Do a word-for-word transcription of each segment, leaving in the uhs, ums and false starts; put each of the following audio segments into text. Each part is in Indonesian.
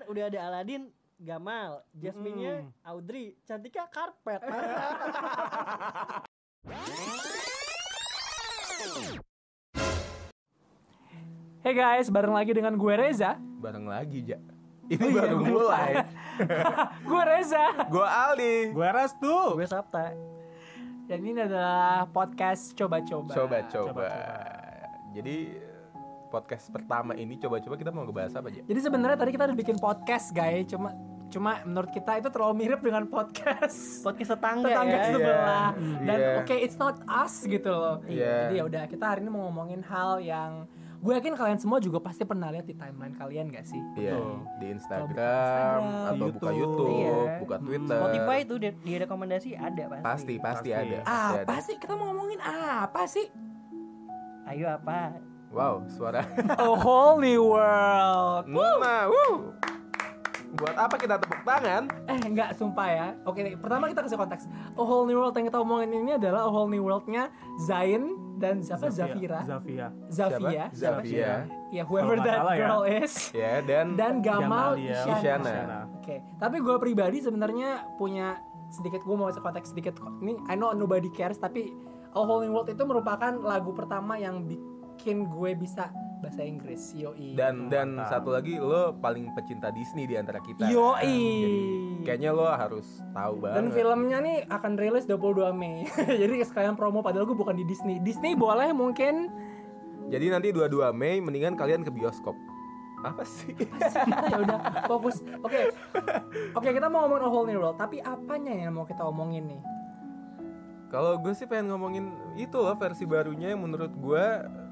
udah ada Aladin, Gamal, Jasmine-nya Hmm. Audrey, cantiknya Karpet. Hey guys, bareng lagi dengan gue Reza. Bareng lagi, Ja. Ini Oh, baru iya, mulai. Gue Reza. Gua Aldi. Gue Restu. Gue Sabta. Dan ini adalah podcast coba-coba. Coba-coba. Coba-coba. Jadi podcast pertama ini coba-coba kita mau ngebahas apa aja? Jadi sebenarnya tadi kita udah bikin podcast, guys. Cuma cuma menurut kita itu terlalu mirip dengan podcast Podcast tetangga, tetangga ya. sebelah. Iya. Dan Iya. oke, it's not us gitu loh. Iya. Jadi ya udah, kita hari ini mau ngomongin hal yang gue yakin kalian semua juga pasti pernah lihat di timeline kalian gak sih? Iya, Betul. di Instagram, Instagram, atau buka YouTube. YouTube, Iya. buka Twitter. Spotify itu di, di rekomendasi ada pasti. Pasti, pasti, Pasti. ada. pasti Apa ada. sih? Kita mau ngomongin apa sih? Ayo apa? Wow, suara. A whole new world. Nah, wuh. Buat apa kita tepuk tangan? Eh enggak, sumpah ya. Oke, pertama kita kasih konteks. A whole new world yang kita omongin ini adalah A whole new world-nya Zain dan siapa? Zafira. Zafia. Zafia. Siapa? Zafia. Ya, whoever Kalau nggak that salah ya. girl is. Ya, dan Dan Gamal Gamaliel Isyana. Isyana. Oke, tapi gue pribadi sebenarnya punya sedikit, gue mau kasih konteks sedikit. Ini I know nobody cares, tapi A whole new world itu merupakan lagu pertama yang bikin gue bisa bahasa Inggris. Yoi. dan dan Mantap. satu lagi, lo paling pecinta Disney di antara kita. Yoi. Jadi kayaknya lo harus tahu banget. Dan filmnya nih akan rilis dua puluh dua Mei. Jadi sekalian promo, padahal gue bukan di Disney. Disney boleh mungkin. Jadi nanti dua puluh dua Mei mendingan kalian ke bioskop. Apa sih? Ya udah, fokus. Oke. Oke, kita mau ngomongin A Whole New World, tapi apanya yang mau kita omongin nih? Kalau gue sih pengen ngomongin itu loh, versi barunya yang menurut gue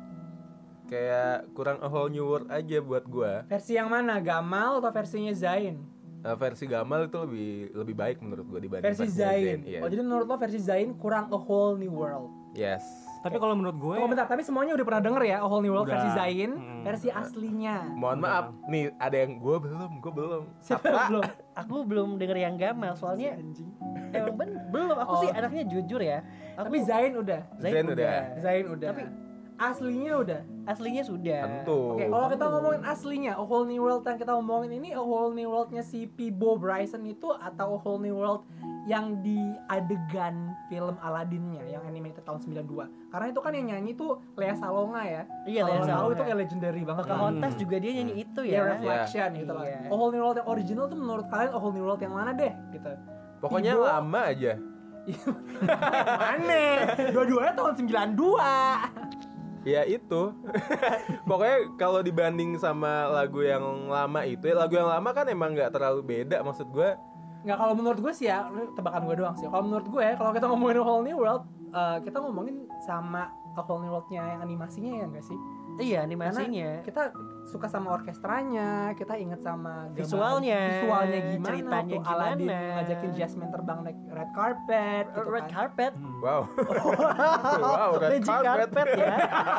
kayak kurang A Whole New World aja buat gue. Versi yang mana? Gamal atau versinya Zain? Uh, versi Gamal itu lebih lebih baik menurut gue dibanding Versi versinya Zain. Iya. Oh, jadi menurut lo versi Zain kurang A Whole New World. Yes. Tapi kalau menurut gue, Oh, bentar, tapi semuanya udah pernah denger ya A Whole New World Udah. versi Zain, Hmm. versi aslinya. Mohon maaf, nih ada yang gue belum, gue belum. Siapa belum? Aku belum denger yang Gamal soalnya Anjing. emang ben, belum. Aku Oh. sih anaknya jujur ya. Aku Tapi Zain udah. Zain, Zain udah. udah. Zain udah. Tapi aslinya udah. aslinya sudah. Tentu. Oke, kalau kita ngomongin aslinya, A Whole New World yang kita ngomongin ini A Whole New World-nya si Peebo Bryson itu atau A Whole New World yang di adegan film Aladdin-nya yang animated tahun sembilan puluh dua. Karena itu kan yang nyanyi tuh Lea Salonga ya. Iya, Kalau Lea lo tahu Salonga. itu kayak legendary banget. Ke Hontas juga dia nyanyi itu Ya, ya. Reflection Iya. gitu lah. Iya. A Whole New World yang original tuh menurut kalian A Whole New World yang mana deh gitu. Pokoknya Peebo- lama aja. Mana? Dua-duanya tahun sembilan puluh dua. Ya itu. Pokoknya kalau dibanding sama lagu yang lama itu, ya lagu yang lama kan emang nggak terlalu beda maksud gue. Nggak, kalau menurut gue sih ya, ini tebakan gue doang sih. Kalau menurut gue, kalau kita ngomongin A Whole New World, eh, kita ngomongin sama A Whole New World-nya yang animasinya ya nggak sih? Iya, Karena animasinya. kita suka sama orkestranya, kita inget sama gambaran- Visualnya, visualnya gimana, ceritanya waktu Aladdin gimana. ngajakin Jasmine terbang naik red carpet, gitu Red kan. carpet. Wow. Wow, red Magic carpet. carpet ya.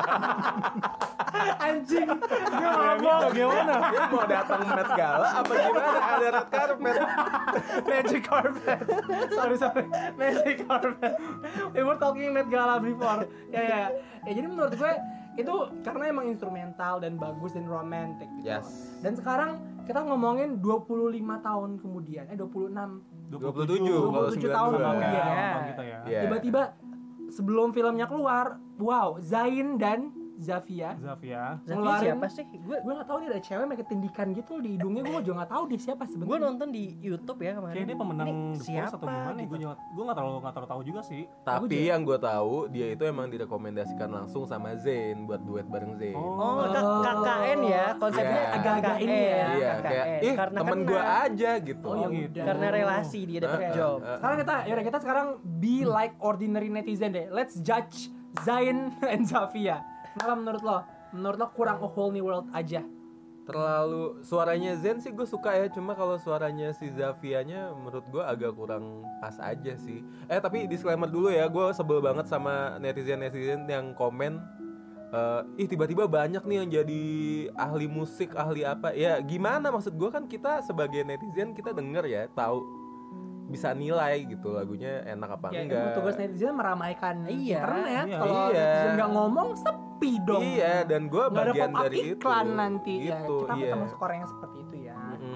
Anjing, dia ngomong ngomong gimana? Dia mau datang Met Gala apa gimana? Ada red carpet. magic carpet. sorry sorry, magic carpet. We were talking Met Gala before. Ya ya. Ya jadi menurut gue itu karena emang instrumental dan bagus dan romantic gitu. Yes. Dan sekarang kita ngomongin dua puluh lima tahun kemudian, eh dua puluh enam dua puluh tujuh kalau dua puluh tujuh tahun sembilan puluh dua. kemudian. ya, Iya. gampang gitu ya. Iya. Tiba-tiba sebelum filmnya keluar, wow, Zain dan Zafia Zafia. Zafi ngeluarin- siapa sih? Gue gue nggak tahu nih, ada cewek pakai tindikan gitu di hidungnya, gue juga nggak tahu dia siapa gue sebenarnya. nonton di YouTube ya kemarin. Kayak dia pemenang Ini The Voice atau gimana? gitu? Gue juga gue nggak terlalu nggak terlalu tahu juga sih. Tapi juga. yang gue tahu dia itu emang direkomendasikan langsung sama Zayn buat duet bareng Zayn. Oh, K- K K N ya, konsepnya Iya. Agak-agak ini ya. Iya, K K N. kayak ih Karena temen kenal. gue aja gitu. Oh, ya gitu. udah. Karena relasi dia dapat Eh, job. eh, Sekarang kita, yaudah kita sekarang be like ordinary netizen deh. Let's judge Zain and Zafia. Kenapa menurut lo? Menurut lo kurang A Whole New World aja? Terlalu suaranya Zen sih gue suka ya, cuma kalau suaranya si Zafianya menurut gue agak kurang pas aja sih. Eh tapi disclaimer dulu ya, gue sebel banget sama netizen-netizen yang komen eh, ih tiba-tiba banyak nih yang jadi ahli musik, ahli apa. Ya gimana, maksud gue kan kita sebagai netizen kita denger ya, tahu bisa nilai gitu lagunya enak apa Ya, enggak. tugas netizen meramaikan Iya, internet. iya, Kalau iya. netizen nggak ngomong, sepi dong. Iya, dan gue Nggak ada bagian pop-up dari itu iklan nanti. gitu, Ya, kita iya. termasuk orang yang seperti itu ya. Mhm.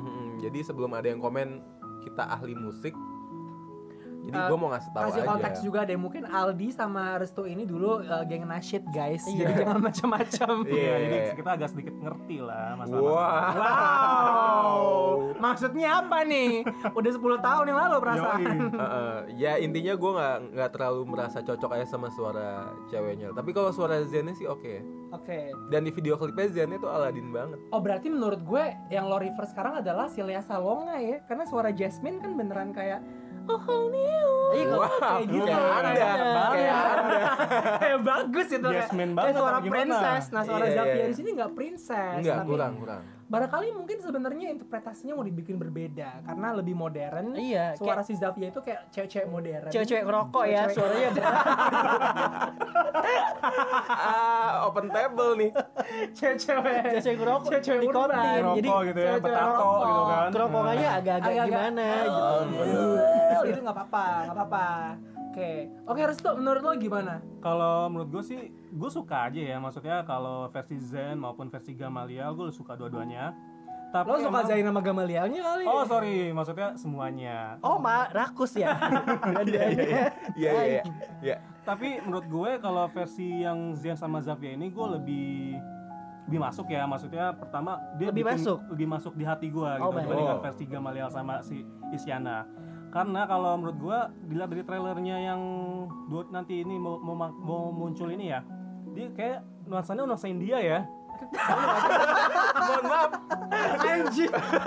Jadi sebelum ada yang komen kita ahli musik, jadi Uh, gue mau ngasih tahu Kasih aja. konteks juga deh, mungkin Aldi sama Restu ini dulu uh, geng nasyid guys, Iya. jadi jangan macam-macam. Iya. Iya, jadi kita agak sedikit ngerti lah masalah. Wah. Wow, maksudnya apa nih? Udah sepuluh tahun yang lalu perasaan. Heeh, ya intinya gue nggak nggak terlalu merasa cocok aja sama suara ceweknya. Tapi kalau suara Zennya sih oke. Oke. Dan di video klipnya Zennya tuh Aladin banget. Oh berarti menurut gue yang lo reverse sekarang adalah si Lea Salonga ya, karena suara Jasmine kan beneran kayak oh new. Iya, kalau Wow, kayak gitu. kayak anda, kayak anda. Kayak bagus itu kayak, Jasmine kayak banget suara apa gimana? princess. Nah suara Iya, Zafia iya. di sini nggak princess. Enggak, tapi kurang, kurang. barangkali mungkin sebenarnya interpretasinya mau dibikin berbeda karena lebih modern. Iya, Suara si Zafia itu kayak cewek-cewek modern. Cewek-cewek ngerokok ya, Cewek-cewek- suaranya Ah, open table nih. cewek-cewek cewek ngerokok, Cewek-cewek nikotin. urban. Jadi Rokok gitu ya, cewek-cewek petato rokok. gitu kan. kerongkongannya agak-agak Agak-agak- gimana gitu. Oh, itu nggak apa-apa, nggak apa-apa. Oke, oke Restu, menurut lo gimana? Kalau menurut gue sih, gue suka aja ya. Maksudnya kalau versi Zen maupun versi Gamaliel, gue suka dua-duanya. Tapi Lo suka emang- Zain sama Gamalielnya kali? Oh sorry, maksudnya semuanya. Oh, ma, rakus ya. Iya, iya, iya, iya, iya. Tapi menurut gue kalau versi yang Zen sama Zavia ini gue lebih lebih masuk ya. Maksudnya pertama dia Lebih bikin- masuk? lebih masuk di hati gue Oh, gitu baik. dibandingkan Oh. versi Gamaliel sama si Isyana. Karena kalau menurut gue dilihat dari trailernya yang dua, nanti ini mau, mau mau muncul ini ya, dia kayak nuansanya nuansa India ya. Mohon maaf, Anjir.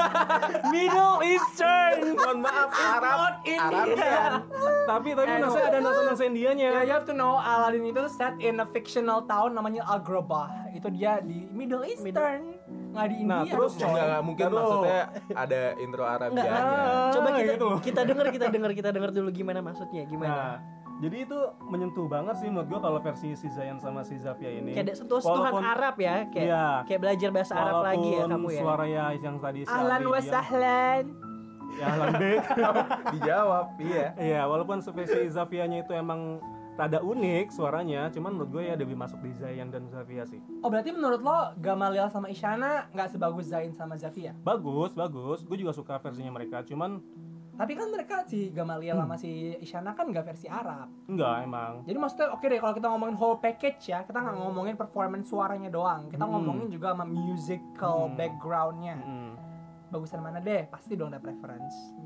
Middle Eastern. mohon maaf, Arab, Arabian. tapi tapi Eh, nuansa ada nuansa nuansa Indianya. Ya, you have to know Aladdin itu set in a fictional town namanya Agrabah. Itu dia di Middle Eastern, nggak di Nah, India. terus coy. Enggak, enggak mungkin Taruh. maksudnya ada intro Arabiannya. Ah, Coba kita gitu loh. kita denger, kita denger, kita denger dulu gimana maksudnya, Nah, gimana. jadi itu menyentuh banget sih menurut gua kalau versi si Zayan sama si Zafia ini. Kayak ada sentuhan-sentuhan Walaupun- Arab ya, kayak Iya. kayak belajar bahasa Arab lagi ya Walaupun kamu ya. suaranya yang tadi si Ahlan Aldi wa bilang- sahlan. Ya ahlan bek. Dijawab, iya. Iya, walaupun versi Zafianya itu emang rada unik suaranya, cuman menurut gue ya lebih masuk di Zayan dan Zafia sih. Oh berarti menurut lo Gamaliel sama Isyana nggak sebagus Zain sama Zafia? Bagus, bagus. Gue juga suka versinya mereka, cuman Tapi kan mereka si Gamaliel sama si Isyana kan nggak versi Arab. enggak emang. Jadi maksudnya oke deh kalau kita ngomongin whole package ya, kita nggak ngomongin performance suaranya doang, kita Hmm. ngomongin juga sama musical Hmm. backgroundnya. Mm. Bagusan mana deh? Pasti dong ada preference.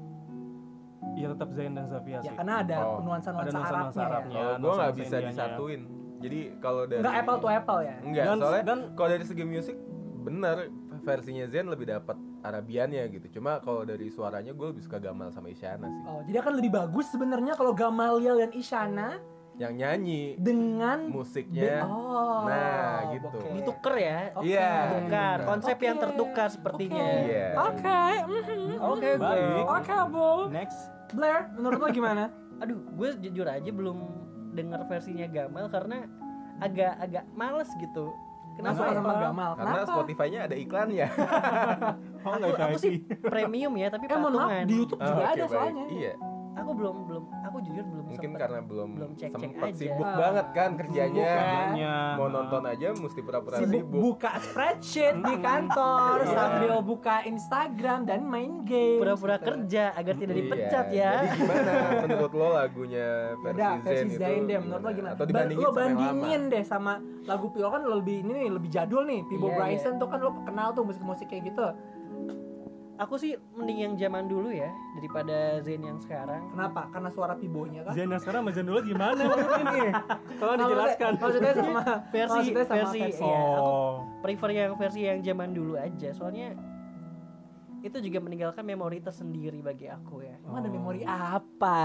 Iya tetap Zayan dan Zafia Ya sih. karena ada Oh, nuansa-nuansa ada nuansa-nuansa Arabnya Arabnya. ya. Oh, gue nuansa nggak bisa Indianya. disatuin. Jadi kalau dari Nggak apple to apple ya. Enggak, Dan- soalnya dan- kalau dari segi musik bener versinya Zen lebih dapat Arabiannya gitu. Cuma kalau dari suaranya gue lebih suka Gamal sama Isyana sih. Oh, jadi akan lebih bagus sebenarnya kalau Gamaliel dan Isyana Yang nyanyi dengan musiknya. Oh, Nah, gitu. oke. Ditukar ya. Oke. Iya. Tukar, konsep Oke. yang tertukar sepertinya. Oke. Iya. Oke. mhm. Oke, Baik. girl. Oke, Bu. Next. Blair, menurut lo gimana? Aduh, gue jujur aja belum denger versinya Gamal karena agak-agak males gitu. Kenapa Kenapa? sama ya? Gamal? Karena Kenapa? Spotify-nya ada iklannya. Oh, Aku, nggak aku I P. sih premium ya, tapi Eh, mohon maaf, patungan. di YouTube juga Ah, ada oke, baik. soalnya. Iya. Aku belum belum, aku jujur belum Mungkin sempet. karena belum, belum cek-cek sempet aja. sibuk Ah. banget kan kerjanya. Kerjanya. Mau nonton aja mesti pura-pura Sibuk sibuk. buka spreadsheet di kantor Iya. sambil buka Instagram dan main game. Pura-pura kerja agar tidak dipecat Iya. ya. Jadi gimana menurut lo lagunya versi Udah, Zen versi itu? Zain deh, menurut lo gimana? Atau Ba- dibandingin lo sama yang bandingin lama? deh sama lagu Pio kan lebih ini nih, lebih jadul nih. Pibo Iya, Bryson tuh kan lo kenal tuh musik-musik kayak gitu. Aku sih mending yang zaman dulu ya daripada Zain yang sekarang. Kenapa? Karena suara Pibonya kan? Zayan yang sekarang sama Zayan dulu gimana maksudnya nih? Tolong dijelaskan. Maksudnya sama Versi maksudnya sama versi versi. ya, aku Oh. prefer yang versi yang zaman dulu aja. Soalnya itu juga meninggalkan memori tersendiri bagi aku ya. Emang ada memori apa?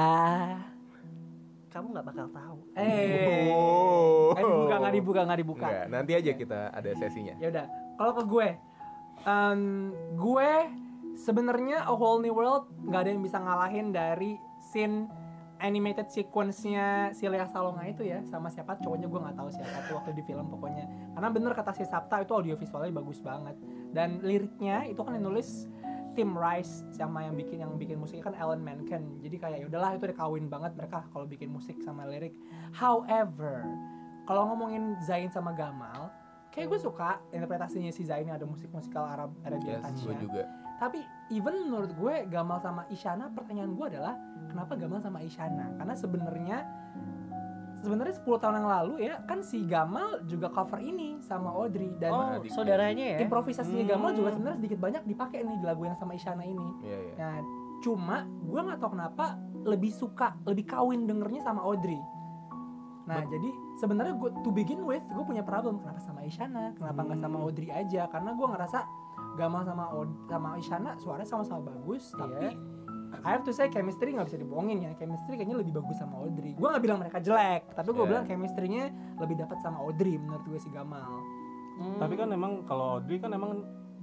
Kamu nggak bakal tahu. Eh, Oh. eh dibuka nggak dibuka nggak dibuka. Enggak, nanti aja kita ada sesinya. Ya udah, kalau ke gue, em, gue sebenarnya A Whole New World nggak ada yang bisa ngalahin dari scene animated sequence-nya si Lea Salonga itu ya, sama siapa cowoknya gue nggak tahu siapa tuh waktu di film pokoknya. Karena bener kata si Sapta itu audio visualnya bagus banget dan liriknya itu kan yang nulis Tim Rice sama yang bikin yang bikin musiknya kan Alan Menken. Jadi kayak ya udahlah itu udah kawin banget mereka kalau bikin musik sama lirik. However, kalau ngomongin Zain sama Gamal, kayak gue suka interpretasinya si Zain yang ada musik musikal Arab Arabian Yes, gue touch-nya. juga. Tapi even menurut gue Gamal sama Isyana, pertanyaan gue adalah kenapa Gamal sama Isyana? Karena sebenarnya sebenarnya sepuluh tahun yang lalu ya kan si Gamal juga cover ini sama Audrey dan Oh, saudaranya ya. improvisasinya Hmm. Gamal juga sebenarnya sedikit banyak dipakai nih di lagu yang sama Isyana ini. Iya, iya. Nah, cuma gue nggak tahu kenapa lebih suka, lebih kawin dengernya sama Audrey. Nah, Bet- jadi sebenarnya gue to begin with gue punya problem kenapa sama Isyana, kenapa nggak sama Hmm. Audrey aja? Karena gue ngerasa Gamal sama Od- sama Isyana suaranya sama-sama bagus, Iya. tapi I have to say chemistry nggak bisa dibohongin ya. Chemistry kayaknya lebih bagus sama Audrey. Gue nggak bilang mereka jelek, tapi gue Yeah. bilang chemistry-nya lebih dapat sama Audrey menurut gue si Gamal. Hmm. Tapi kan emang kalau Audrey kan emang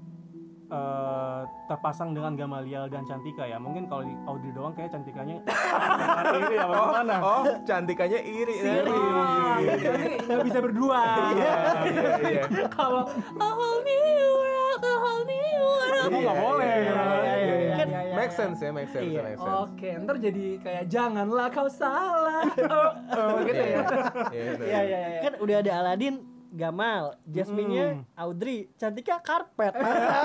eh, terpasang dengan Gamaliel dan Cantika ya. Mungkin kalau di Audrey doang kayak Cantikanya iri apa Oh, gimana? oh, cantikannya iri. Iri. Ah, berarti nggak bisa berdua. Iya, iya, iya. Kalau a whole new world, a whole new world. Oh, nggak boleh. Iya, iya, iya, iya, Kan iya, iya. Make sense ya, make sense, Iya. make sense. Oke, ntar jadi kayak janganlah kau salah. Oh, oh, gitu ya. Iya, bener. Iya, iya, iya. Kan udah ada Aladin, Gamal, Jasmine-nya Hmm. Audrey, Cantika Karpet.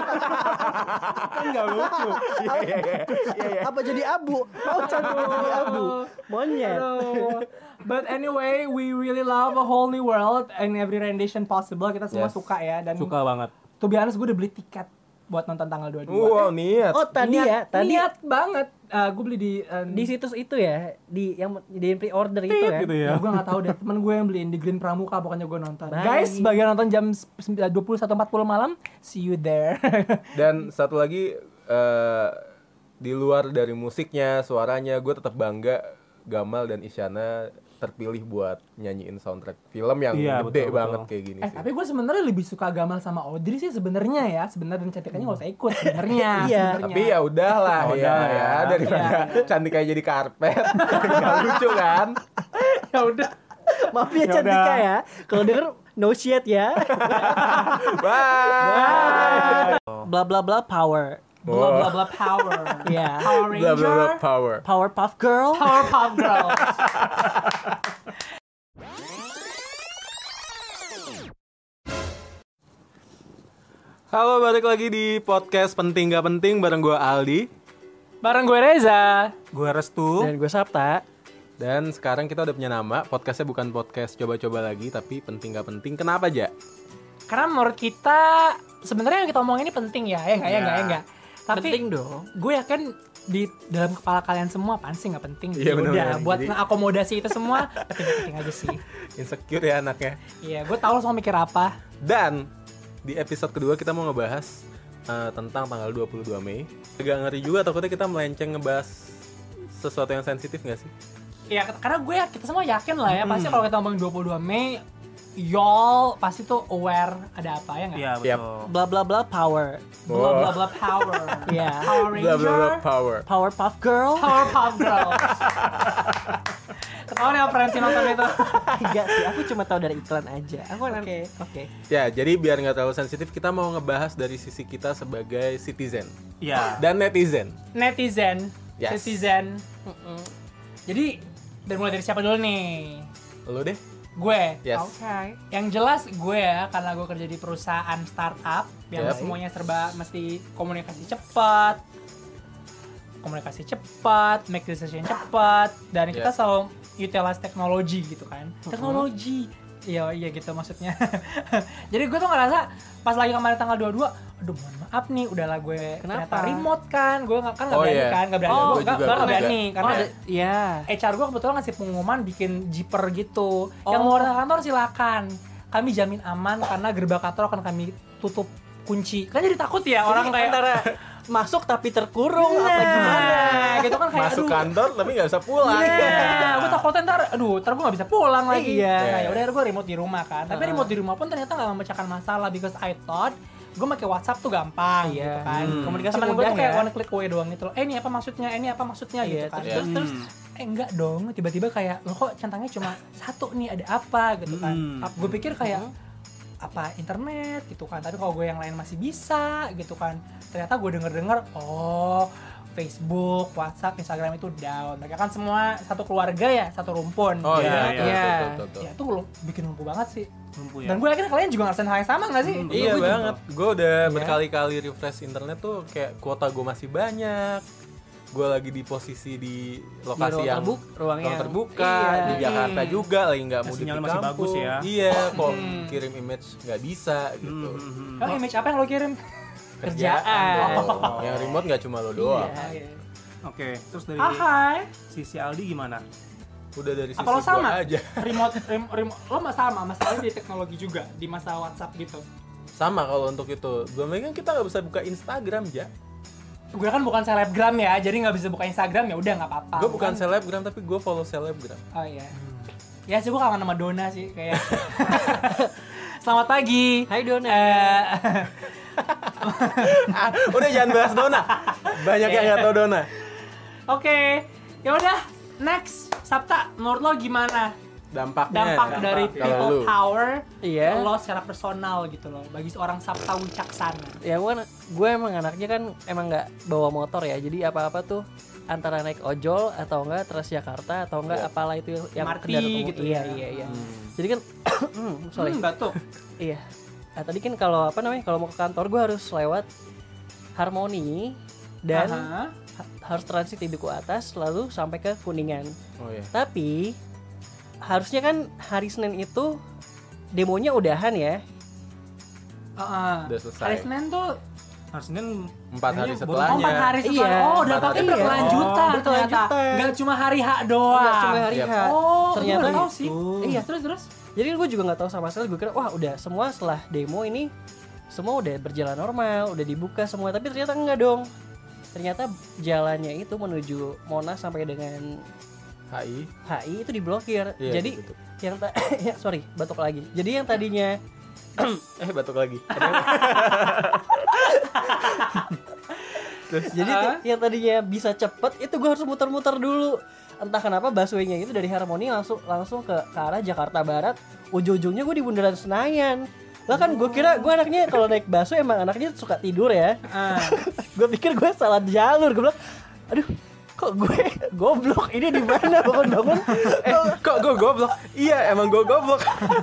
Kan nggak lucu. Iya, iya, iya. Iya, iya. Apa jadi abu? Mau Cantika jadi abu? Monyet. Aduh. But anyway, we really love a whole new world and every rendition possible. Kita semua Yes. suka ya. Dan Suka banget. to be honest, gue udah beli tiket buat nonton tanggal dua puluh dua. Wow, niat. Oh tadi Niat- ya, tadi niat banget. Uh, gue beli di uh, di situs itu ya, di yang di pre-order itu Tit ya. gitu ya. ya, gue gak tahu deh, temen gue yang beliin di Green Pramuka, pokoknya gue nonton. Baik. Guys, bagian nonton jam dua puluh satu empat puluh malam, see you there. Dan satu lagi eh, di luar dari musiknya, suaranya, gue tetap bangga Gamal dan Isyana terpilih buat nyanyiin soundtrack film yang Iya, gede betul, banget betul. kayak gini eh, sih. tapi gue sebenarnya lebih suka Gamal sama Audrey sih sebenarnya ya. Sebenarnya dan Cantikanya gak usah ikut sebenarnya. Iya. sebenarnya. Tapi ya udahlah Oh, ya, udah ya ya. daripada cantik kayak jadi karpet. Gak lucu kan? ya udah. Maaf ya Ya Cantika udah. ya. Kalau denger no shit ya. Bye. Bla bla bla power. Blah blah blah power. Ya. Power Blah blah blah Ranger. power. Powerpuff Girl. Powerpuff Girls. Halo, balik lagi di podcast Penting Gak Penting bareng gue Aldi. Bareng gue Reza. Gue Restu. Dan gue Sabta. Dan sekarang kita udah punya nama. Podcastnya bukan podcast coba-coba lagi, tapi penting gak penting. Kenapa aja? Karena menurut kita sebenarnya yang kita omongin ini penting ya, ya enggak ya Ya. enggak ya enggak. Tapi Penting dong. gue yakin di dalam kepala kalian semua apaan sih nggak penting. Iya, Ya bener-bener. udah buat Jadi- mengakomodasi itu semua penting-penting aja sih. Insecure ya anaknya. Iya, gue tahu lo semua mikir apa. Dan di episode kedua kita mau ngebahas uh, tentang tanggal dua puluh dua Mei. Agak ngeri juga, takutnya kita melenceng ngebahas sesuatu yang sensitif gak sih? Iya, karena gue kita semua yakin lah ya, pasti kalau kita ngomongin dua puluh dua Mei, y'all pasti tuh aware ada apa ya nggak? Iya Yap. betul. Bla bla bla power. Blah blah blah power. Iya. Power Blah blah blah Ranger. power. Powerpuff Girl. Powerpuff Girls. Ketahuan ya referensi nonton itu. Enggak sih, aku cuma tahu dari iklan aja. Aku Oke. Oke. Oke. Ya, jadi biar nggak terlalu sensitif, kita mau ngebahas dari sisi kita sebagai citizen Iya. dan netizen. Netizen, Yes. citizen. Jadi dari mulai dari siapa dulu nih? Lo deh. Gue. Yes. Oke. Yang jelas gue ya, karena gue kerja di perusahaan startup yang Yep. semuanya serba mesti komunikasi cepat, komunikasi cepat, make decision cepat, dan kita Yep. selalu utilize teknologi gitu kan. Teknologi. Iya, iya gitu maksudnya. Jadi gue tuh ngerasa pas lagi kemarin tanggal dua puluh dua, aduh mohon maaf nih, udahlah gue Kenapa? ternyata remote kan, gue nggak kan nggak Oh, berani iya. kan, nggak berani, Oh, gue gue nggak juga, nggak gue berani juga. karena ya. H R gue kebetulan ngasih pengumuman bikin zipper gitu. Yang Oh. mau datang kantor silakan. Kami jamin aman karena gerbang kantor akan kami tutup kunci. Kan jadi takut ya orang kayak antara masuk tapi terkurung apa Nah, gimana? gitu kan kayak Masuk aduh. kantor tapi nggak bisa pulang. Iya, gue takutnya ntar, aduh, ntar gue gak bisa pulang lagi. Iya. Nah, ya udah gue remote di rumah kan. Tapi Uh-huh. remote di rumah pun ternyata gak memecahkan masalah because I thought gue pakai WhatsApp tuh gampang Iya. gitu kan. Hmm. Komunikasi Temen gue mudah tuh kayak ya. one click away doang gitu loh. Eh ini apa maksudnya? Ini apa maksudnya Iya, gitu kan. terus, Terus, terus Hmm. eh enggak dong, tiba-tiba kayak lo kok centangnya cuma satu nih, ada apa gitu kan. Hmm. Gue pikir kayak apa internet gitu kan, tapi kalau gue yang lain masih bisa gitu kan. Ternyata gue denger-denger oh Facebook, WhatsApp, Instagram itu down. Mereka kan semua satu keluarga ya, satu rumpun. Oh Iya, iya, iya. iya. Iya. Betul, betul, Ya itu lo bikin lumpuh banget sih. Lumpuh ya. Dan gue yakin kalian juga ngerasain hal yang sama gak sih? Hmm, Iya Gue juga. banget. Gue udah Iya. berkali-kali refresh internet tuh kayak kuota gue masih banyak. Gue lagi di posisi di lokasi ruang yang terbuk- ruang ruang yang- terbuka iya. di Jakarta Hmm. juga lagi nggak mudik Sinyal di masih kampung. bagus ya. Iya, kok Hmm. kirim image nggak bisa gitu. Hmm, hmm, hmm. Kalau image apa yang lo kirim? Kerjaan. dong. Yang remote nggak cuma lo doang. Iya. Oke, terus dari Ah, hai. sisi Aldi gimana? Udah dari sisi Apa lo sama? gua aja. Remote, rem- remote, lo mah sama, masalahnya di teknologi juga, di masa WhatsApp gitu. Sama kalau untuk itu. Belum lagi kan kita nggak bisa buka Instagram ya. Gue kan bukan selebgram ya, jadi nggak bisa buka Instagram ya udah nggak apa-apa. Gue bukan Kan- selebgram tapi gue follow selebgram. Oh iya. Ya sih gue kangen sama Dona sih kayak. Selamat pagi. Hai Dona. Eh, Ah, udah jangan bahas Dona. Banyak yang nggak tahu Dona. Oke, ya udah. Next, Sabta, menurut lo gimana Dampaknya. dampak dari Kalau people lu. power Iya. ke lo secara personal gitu loh, bagi seorang Sabta Wicaksana? Ya gue gue emang anaknya kan emang nggak bawa motor ya, jadi apa-apa tuh antara naik ojol atau enggak Transjakarta atau enggak Iya. apalah itu yang M R T kendaraan umum. gitu iya ya. iya iya Hmm. jadi kan sorry Hmm, batuk. iya. Nah, tadi kan kalau apa namanya kalau mau ke kantor gue harus lewat Harmoni dan Aha. ha- harus transit di Duku Atas lalu sampai ke Kuningan. Oh iya. Tapi harusnya kan hari Senin itu demonya udahan ya. Heeh. Udah selesai. Hari Senin tuh Hari Senin Empat hari kayaknya oh, setelahnya. empat hari setelah. Iya, Oh, empat dampaknya hari berkelanjutan setelah. ternyata. Berkelanjutan. Nggak cuma hari H doang. Enggak cuma hari Yap. H. Oh, Ternyata gue tahu gitu. sih. Iya. Terus terus. Jadi gue juga nggak tahu sama sekali. Gue kira wah udah semua setelah demo ini semua udah berjalan normal, udah dibuka semua. Tapi ternyata enggak dong. Ternyata jalannya itu menuju Monas sampai dengan H I. H I itu diblokir. Iya, Jadi betul. yang ta- ya, sorry batuk lagi. Jadi yang tadinya Eh batuk lagi. jadi Ah. tuh yang tadinya bisa cepet itu gue harus muter-muter dulu. Entah kenapa busway-nya itu dari Harmoni langsung langsung ke, ke arah Jakarta Barat. Ujung-ujungnya gue di Bundaran Senayan. Lah kan gue kira gue anaknya kalau naik busway emang anaknya suka tidur ya. Ah. Gue pikir gue salah jalur. Gue bilang, aduh kok gue goblok ini di mana bangun-bangun. Eh, kok gue goblok? Iya, emang gue goblok.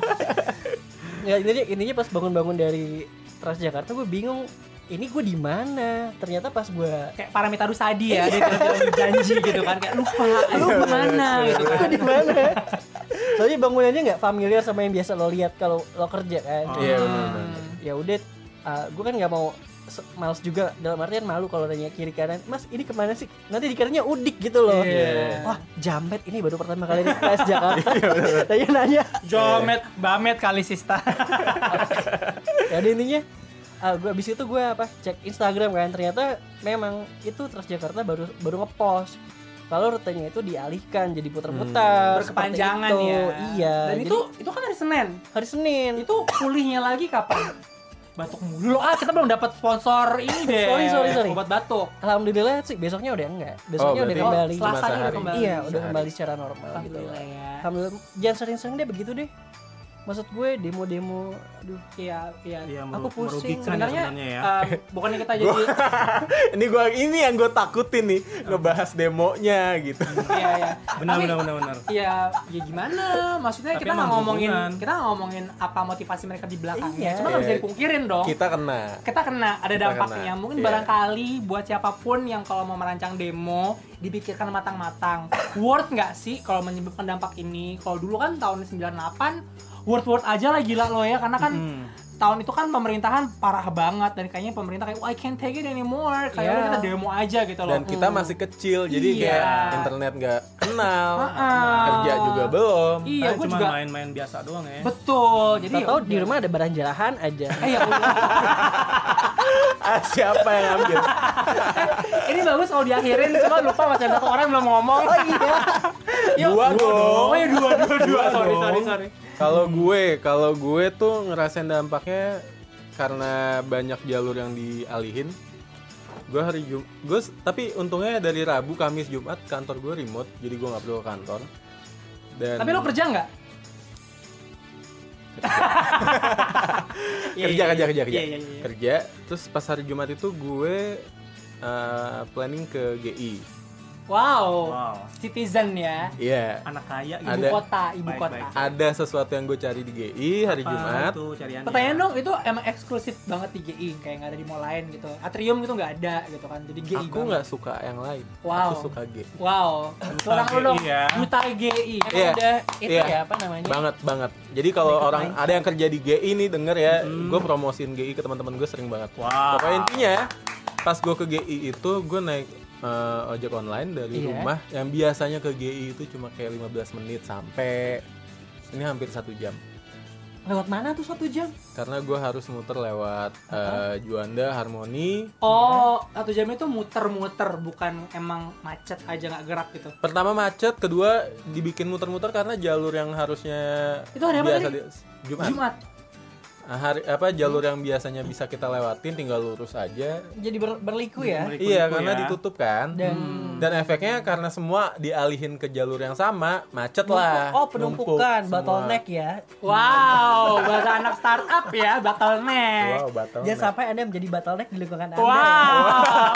Ya intinya, intinya pas bangun-bangun dari Transjakarta gue bingung. Ini gue di mana? Ternyata pas gue Kayak Paramitha Rusady ya, dia film janji gitu kan, kayak lupa, lu Iya, kemana iya, gitu gue kan. di mana? Soalnya bangunannya nggak familiar sama yang biasa lo lihat kalau lo kerja kan. Oh. Iya benar. Ya udah, uh, gue kan nggak mau se- males juga dalam artian malu kalau nanya kiri kanan. Mas ini kemana sih? Nanti dikiranya udik gitu loh. Iya. Wah jamet ini baru pertama kali di P S Jakarta. Nanya-nanya. Jomet, Bamet kali Sista. Ya udah intinya. Uh, gue abis itu gue apa cek Instagram kan ternyata memang itu Transjakarta baru baru ngepost kalau rutenya itu dialihkan jadi putar-putar Berkepanjangan seperti itu. ya. Iya. Dan jadi itu itu kan hari Senin. hari Senin. Itu pulihnya lagi kapan? Batuk mulu. Ah, kita belum dapat sponsor ini deh. Sorry, sorry, sorry. Obat batuk. Alhamdulillah sih besoknya udah enggak. Besoknya Oh, udah berarti kembali. cuma Selasanya udah sehari. kembali. Iya, udah Sehari. kembali secara normal gitu. Alhamdulillah ya. Alhamdulillah. Jangan sering-sering deh begitu deh. Maksud gue demo-demo aduh Iya, iya. ya, Aku pusing. merugikan Sebenarnya sebenarnya ya. eh, bukannya kita jadi Ini gua ini yang gue takutin nih ngebahas demonya gitu. iya ya. Benar Tapi, benar benar benar. Iya, ya gimana? Maksudnya Tapi kita nggak emang ngomongin hubungan. kita nggak ngomongin apa motivasi mereka di belakangnya. Iya. Cuma nggak bisa Iya. dipungkirin dong. Kita kena. Kita kena ada Kita dampaknya. kena. Mungkin Iya. barangkali buat siapapun yang kalau mau merancang demo dipikirkan matang-matang. Worth nggak sih kalau menyebabkan dampak ini? Kalau dulu kan tahun sembilan puluh delapan worth worth aja lah gila lo ya karena kan Hmm. tahun itu kan pemerintahan parah banget dan kayaknya pemerintah kayak oh, I can't take it anymore kayak Iya. udah kita demo aja gitu loh. Dan kita masih kecil, jadi Iya. kayak internet nggak kenal, Ha-ha. kerja juga belum. Iya, Kan gue cuma juga main-main biasa doang ya. betul. Jadi tahu ya di udah. rumah ada barang jarahan aja. Eh ya Allah. Ah, siapa yang ambil? Ini bagus kalau diakhirin cuma lupa masih ada satu orang belum ngomong. Oh iya. Dua dong. Oh ya dua dua dua. Sorry dong. sorry sorry. Kalau gue, kalau gue tuh ngerasain dampaknya karena banyak jalur yang dialihin. Gue hari Jum, gue tapi untungnya dari Rabu, Kamis, Jumat kantor gue remote, jadi gue nggak perlu ke kantor. Dan Tapi lo kerja nggak? Iya, kerja iya, kerja iya. kerja kerja Iya, iya, iya. kerja. Terus pas hari Jumat itu gue uh, planning ke G I. Wow. Wow. Citizen ya. Iya. Anak kaya Ibu Ada- kota, ibu Baik, kota. baik. Ada sesuatu yang gue cari di G I hari Apa Jumat. itu cariannya? Pertanyaan dong, itu emang eksklusif banget di G I, kayak nggak ada di mall lain gitu. Atrium gitu nggak ada gitu kan. Jadi G I Aku banget. nggak suka yang lain. Wow. Aku suka G I. Wow. Kurang lu dong. G I ya. Duta G I. Emang Iya. udah itu Iya. ya apa namanya? Banget banget. Jadi kalau Ikut orang main. ada yang kerja di G I nih denger ya, gue promosiin G I ke teman-teman gue sering banget. Wow. Pokoknya intinya pas gue ke G I itu gue naik eh, ojek online dari Iya. rumah yang biasanya ke G I itu cuma kayak lima belas menit sampai ini hampir satu jam. Lewat mana tuh satu jam? Karena gue harus muter lewat eh, Juanda, Harmoni. Oh, satu jam itu muter-muter, bukan emang macet aja nggak gerak gitu. Pertama macet, kedua dibikin muter-muter karena jalur yang harusnya Itu hari apa biasa tadi? di- Jumat. Jumat. Ah, hari apa jalur yang biasanya bisa kita lewatin tinggal lurus aja. Jadi ber- berliku ya. Berliku. Iya, Liku-liku karena ya. ditutup kan. Dan Dan efeknya karena semua dialihin ke jalur yang sama, macet lah. oh numpuk penumpukan, semua. bottleneck ya. Wow, bahasa anak startup ya, bottleneck. Wow, bottleneck. Jangan sampai Anda menjadi bottleneck di lingkungan Anda. Wow,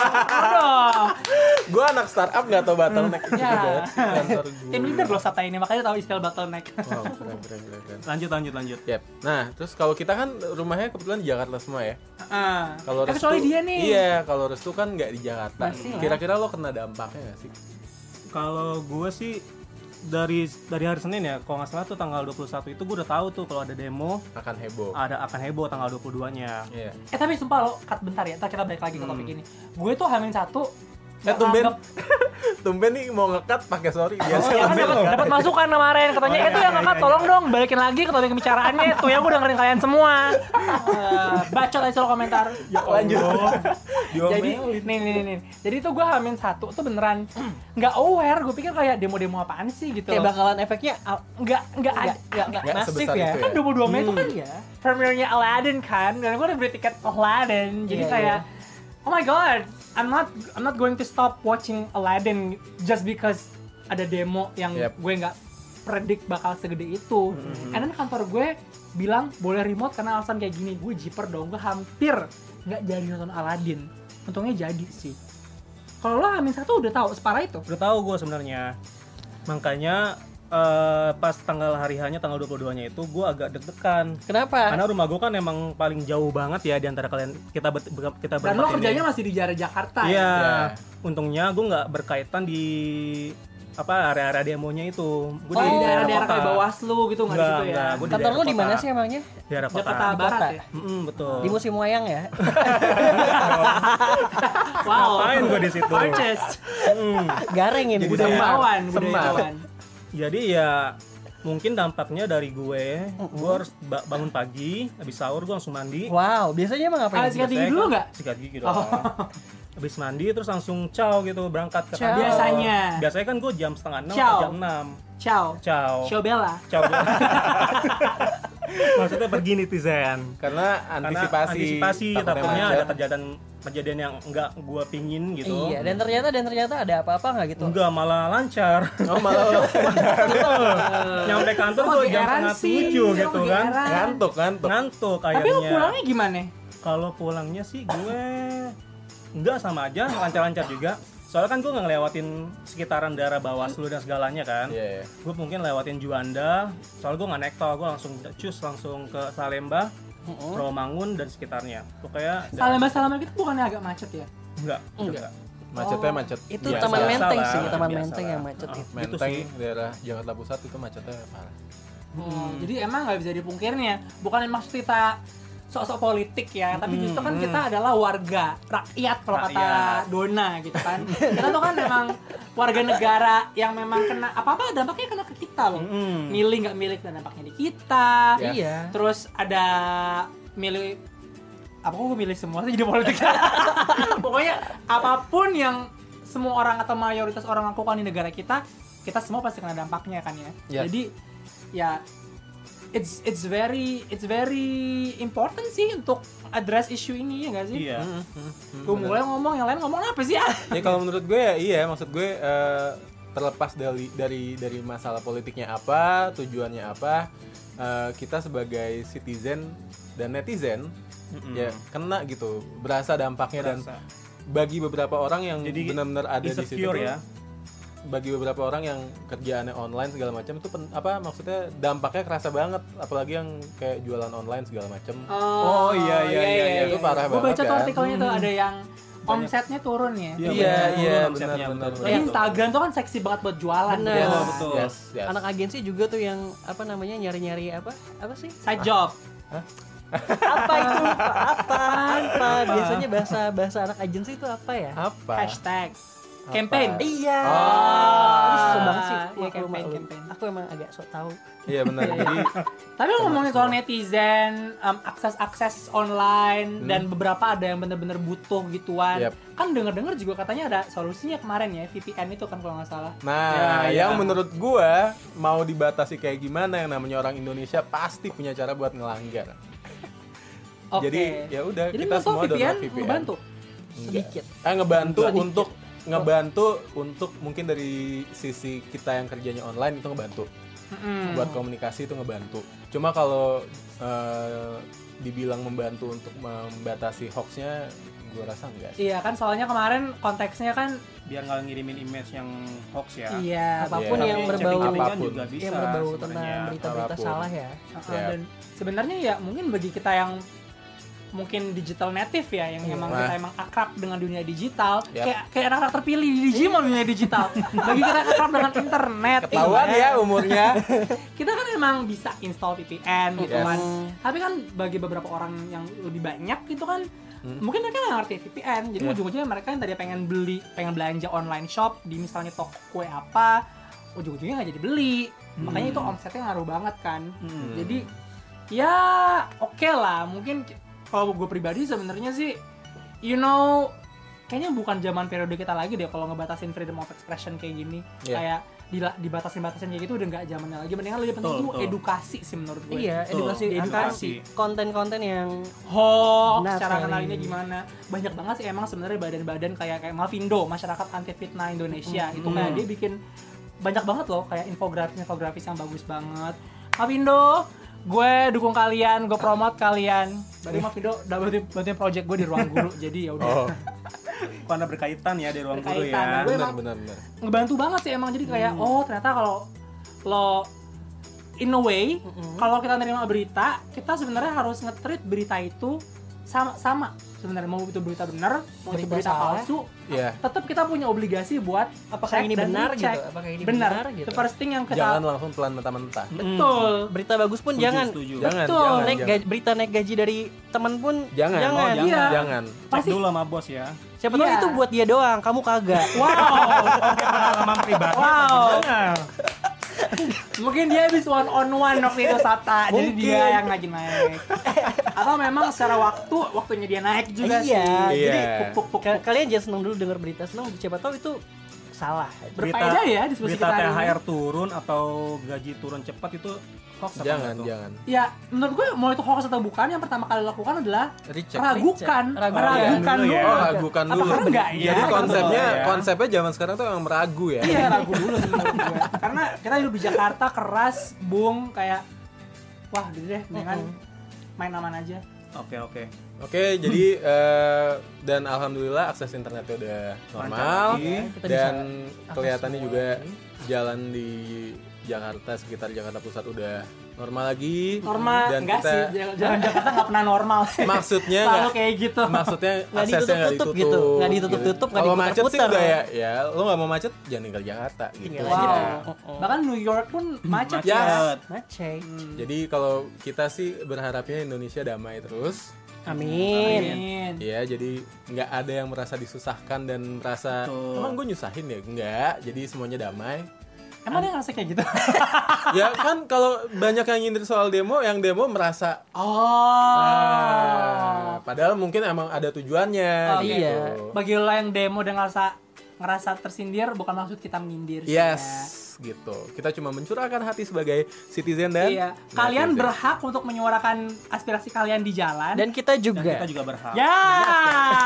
dong. Gue anak startup nggak tau bottleneck itu Ya. banget sih kantor gue. Tim leader loh Sata ini, makanya tahu istilah bottleneck. Wow, keren, keren, keren, keren. Lanjut lanjut lanjut. Yep. Nah, terus kalau kita kan rumahnya kebetulan di Jakarta semua ya. Ah. Kalau Eh, Restu, kecuali dia nih. Iya, kalau Restu kan nggak di Jakarta. Pasti lah. Kira-kira lo kena dampaknya nggak sih? Kalau gue sih dari dari hari Senin ya, kalau nggak salah tuh tanggal dua puluh satu itu gue udah tahu tuh kalau ada demo, Akan heboh. ada akan heboh tanggal dua puluh dua-nya. Iya. Eh tapi sumpah lo, cut bentar ya, ntar kita balik lagi ke topik ini. Gue tuh hamil satu. Eh, tumben, tumben nih mau ngekat pakai sorry biasa. Ya kan dapat dapat masukan kemarin katanya itu yang ngangkat tolong dong balikin lagi ke topik pembicaraannya tuh ya gue dengerin kalian semua. Eh, bacot aja lo komentar. Ya, lanjut. Jadi nih nih nih, nih. Jadi tuh gue hamil satu tuh beneran nggak aware, gue pikir kayak demo-demo apaan sih gitu. Kayak loh. bakalan efeknya al- nggak nggak nggak ada. nggak nggak Nggak masif sebesar ya. itu Kan dua puluh dua Mei itu kan Iya. premiernya Aladdin kan, dan gue udah beli tiket Aladdin, jadi Iya, kayak oh my god, I'm not I'm not going to stop watching Aladdin just because ada demo yang Yep. gue nggak predict bakal segede itu. Mm-hmm. And then kantor gue bilang boleh remote karena alasan kayak gini, gue jiper dong, gue hampir nggak jadi nonton Aladdin. Untungnya jadi sih. Kalau lo Amin satu udah tahu separah itu? Udah tahu gue sebenarnya. Makanya eh, pas tanggal hari hanya tanggal dua puluh dua-nya itu gue agak deg-degan. Kenapa? Karena rumah gue kan emang paling jauh banget ya di antara kalian kita ber, ber- kita Dan lo berempat ini. kerjanya masih di daerah Jakarta Iya. ya? Ya. Untungnya gue nggak berkaitan di apa area-area demonya itu. Gue Oh, di daerah-daerah kota. kayak Bawaslu gitu nggak di Enggak, situ ya? enggak. Gua di Kantor daerah lu di mana kota. sih emangnya? Daerah kota. Jakarta Di Barat kota. ya? Mm-mm, betul. Di musim wayang ya. Wow. Ngapain gue di situ? Artist. Mm. Gareng ini Jadi budaya. Budayawan, Semar. budayawan. Jadi ya mungkin dampaknya dari gue, gue harus ba- bangun pagi, habis sahur gue langsung mandi. Wow, biasanya emang Ah, ngapain? sikat gigi Biasanya dulu kan nggak? Sikat gigi dong. Habis mandi terus langsung ciao gitu berangkat ke Ciao. kantor. Biasanya. Biasanya kan gue jam setengah enam Ciao. atau jam enam. Ciao. Ciao. Ciao Bella. Ciao. Maksudnya pergi netizen. Karena Karena antisipasi, antisipasi takutnya takutnya macet. ada kejadian kejadian yang enggak gue pingin gitu. Iya, dan ternyata dan ternyata ada apa-apa nggak gitu? Enggak, malah lancar. Oh malah lo Nyampe kantor Lo gue lagi jam heran setengah sih, tujuh lo gitu lagi kan. heran. ngantuk ngantuk. Ngantuk Tapi lo akhirnya. pulangnya gimana? Kalau pulangnya sih gue enggak sama aja, lancar-lancar juga. Soalnya kan gue nggak ngelewatin sekitaran daerah Bawaslu dan segalanya kan. Iya. iya. Gue mungkin lewatin Juanda, soalnya gue nggak naik tol, gue langsung cus langsung ke Salemba, Rawamangun dan sekitarnya. Pokoknya Salemba Salemba kita bukannya agak macet ya? enggak, Enggak. Macetnya Oh. macet. Itu biasa. Taman biasa Menteng lah, sih, Taman biasa Menteng lah. yang macet Ah, itu. gitu Menteng sih. daerah Jakarta Pusat itu macetnya parah. Oh, jadi emang nggak bisa dipungkirnya. Bukan maksud kita sok-sok politik ya, tapi justru kan kita adalah warga rakyat kalau kata Rakyat. Dona gitu kan. Kita tuh kan memang warga negara yang memang kena apa-apa dampaknya kena ke kita loh. Mm. Milih nggak milih dan dampaknya di kita. Ya. Iya. Terus ada milih apa kok gue milih semua sih jadi politik. Pokoknya apapun yang semua orang atau mayoritas orang lakukan di negara kita, kita semua pasti kena dampaknya kan ya. Ya. Jadi ya it's it's very it's very important sih untuk address isu ini ya nggak sih? Iya. Gue mulai ngomong, yang lain ngomong apa sih ah? Ya kalau menurut gue ya iya, maksud gue eh, terlepas dari dari dari masalah politiknya apa, tujuannya apa, eh, kita sebagai citizen dan netizen Mm-mm. ya kena gitu, berasa dampaknya dan Berasa. bagi beberapa orang yang Jadi benar-benar ada di situ insecure tuh, ya. bagi beberapa orang yang kerjaannya online segala macam itu pen- apa maksudnya dampaknya kerasa banget, apalagi yang kayak jualan online segala macam. Oh, iya, iya, iya, iya, itu parah Gue banget baca tuh kan. artikelnya tuh ada yang omsetnya turun ya. Iya, Iya, benar, iya, turun benar, omsetnya, benar, betul. Lagi benar. Instagram tuh kan seksi banget buat jualan. Bener. Yes. Betul, betul. Yes, yes. Anak agensi juga tuh yang apa namanya nyari-nyari apa apa sih? Side job. Apa itu? Apa? Apa? Apa? Biasanya bahasa bahasa anak agensi itu apa ya? Apa? Hashtag. Campaign. Iya. Oh. Aduh, susah banget sih. Iya, Aku- aku campaign, malu. campaign. Aku emang agak sok tahu. Iya benar. Jadi Tapi ngomongin soal netizen, um, akses-akses online Hmm. dan beberapa ada yang bener-bener butuh gituan. Yap. Kan denger-denger juga katanya ada solusinya kemarin ya, V P N itu kan kalau nggak salah. nah, Ya, yang ya. menurut gua mau dibatasi kayak gimana, yang namanya orang Indonesia pasti punya cara buat ngelanggar. Oke. Jadi ya udah Jadi kita menurut lo semua V P N download V P N. ngebantu. Enggak. Sedikit. Eh ngebantu Sedikit. untuk ngebantu untuk mungkin dari sisi kita yang kerjanya online itu ngebantu. Mm-mm. Buat komunikasi itu ngebantu. Cuma kalau eh, dibilang membantu untuk membatasi hoaxnya, gue rasa enggak sih. Iya kan soalnya kemarin konteksnya kan Biar nggak ngirimin image yang hoax ya. iya Apapun Iya. yang Tapi berbau chatting-chattingan apapun. juga bisa yang berbau sebenarnya. tentang berita-berita apapun. salah ya. uh, Iya. dan sebenarnya ya mungkin bagi kita yang mungkin digital native ya yang Iya. emang Nah. kita emang akrab dengan dunia digital Yap. kayak kayak anak-anak terpilih di Digimon dunia digital bagi kita yang akrab dengan internet Ketahuan iya. ya umurnya. Kita kan emang bisa install V P N gitu Yes. kan tapi kan bagi beberapa orang yang lebih banyak gitu kan Hmm. mungkin mereka nggak ngerti V P N jadi Yeah. ujung-ujungnya mereka yang tadi pengen beli pengen belanja online shop di misalnya toko kue apa ujung-ujungnya nggak jadi beli makanya itu omsetnya ngaruh banget kan Hmm. jadi ya oke lah mungkin kalau gue pribadi sebenarnya sih you know kayaknya bukan zaman periode kita lagi deh kalau ngebatasin freedom of expression kayak gini Iya. kayak dila- dibatasin-batasin kayak gitu udah nggak zamannya lagi mendingan lebih penting Betul, tuh betul. edukasi sih menurut gue Iya, Betul. edukasi akan Edukasi. konten-konten yang hoax Benar cara sekali. kenalinnya gimana banyak banget sih emang sebenarnya badan-badan kayak kayak Malvindo masyarakat anti fitnah Indonesia itu kayak dia bikin banyak banget loh kayak infografis infografis yang bagus banget Malvindo gue dukung kalian gue promote kalian tadi Malvindo udah bantuin bantuin project gue di ruang guru jadi ya udah Oh, Karena berkaitan ya di ruang guru Berkaitan. ya. Gue benar emang- benar benar. ngebantu banget sih emang jadi kayak oh ternyata kalau lo in a way kalau kita nerima berita kita sebenarnya harus nge-treat berita itu sama sama sebenarnya mau itu berita benar mau itu Berita berita salah. palsu Iya. tetap kita punya obligasi buat apakah cek ini dan benar recheck. gitu? Apakah ini benar, benar gitu? the first thing yang kita Jangan langsung telan mentah-mentah. betul Berita bagus pun Setuju, jangan. setuju. Jangan, Betul. jangan, Naik jangan. gaji, berita naik gaji dari teman pun Jangan. jangan. Oh, jangan. Iya. Jangan. Cek pasti dulu sama bos ya. Siapa tahu Iya. itu buat dia doang, kamu kagak. wow Oke, pengalaman pribadi. Wow. Gimana? mungkin dia habis one on one waktu itu Sata jadi Mungkin. dia yang lagi naik atau memang secara waktu waktunya dia naik juga Iya, sih jadi Iya. puk, puk, puk, Ka- puk. kalian jangan seneng dulu dengar berita seneng, siapa tahu itu salah. Berfaedah ya diskusi berita kita hari T H ini. R turun atau gaji turun cepat itu hoax apa Jangan, enggak tuh? jangan. Ya, menurut gue mau itu hoax atau bukan, yang pertama kali lakukan adalah Recheck. ragukan, Ragukan ragukan dulu dulu. ya. Oh, ragukan dulu. Apakah enggak ya? Jadi Gitu konsepnya loh, ya. konsepnya zaman sekarang tuh emang meragu ya. Iya, ragu dulu sih menurut gue. Karena kita hidup di Jakarta keras, bung, kayak wah, gitu deh, mendingan main aman aja. Oke, oke. Oke, jadi eh, dan alhamdulillah akses internetnya udah normal lagi. Kita dan bisa kelihatannya akses juga semua jalan di Jakarta sekitar Jakarta Pusat udah normal lagi. Normal, dan enggak kita sih, jalan Jakarta nggak pernah normal sih. maksudnya Selalu nggak kayak gitu. maksudnya Nggak aksesnya nggak ditutup-tutup ditutup gitu. Nggak ditutup-tutup, nggak Kalau macet sih diputar-putar. udah ya, ya lo nggak mau macet jangan tinggal di Jakarta gitu. Tinggal Wow. aja. Bahkan New York pun macet Ya. ya. Macet. Jadi kalau kita sih berharapnya Indonesia damai terus. Amin. Amin. Ya, jadi nggak ada yang merasa disusahkan dan merasa Betul. emang gue nyusahin ya, enggak. Jadi semuanya damai. Emang dia ngerasa kayak gitu? Ya kan kalau banyak yang nyindir soal demo, yang demo merasa Oh. ah, padahal mungkin emang ada tujuannya. Oke. gitu. Iya. Bagi lo yang demo dan ngerasa ngerasa tersindir, bukan maksud kita menyindir sih Yes, ya. gitu. Kita cuma mencurahkan hati sebagai citizen dan Iya, kalian netizen. berhak untuk menyuarakan aspirasi kalian di jalan. Dan kita Dan juga. kita juga berhak. ya.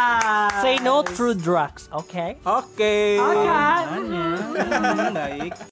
Say no through drugs, oke? Oke. Oke. Makanya. Hmm, baik.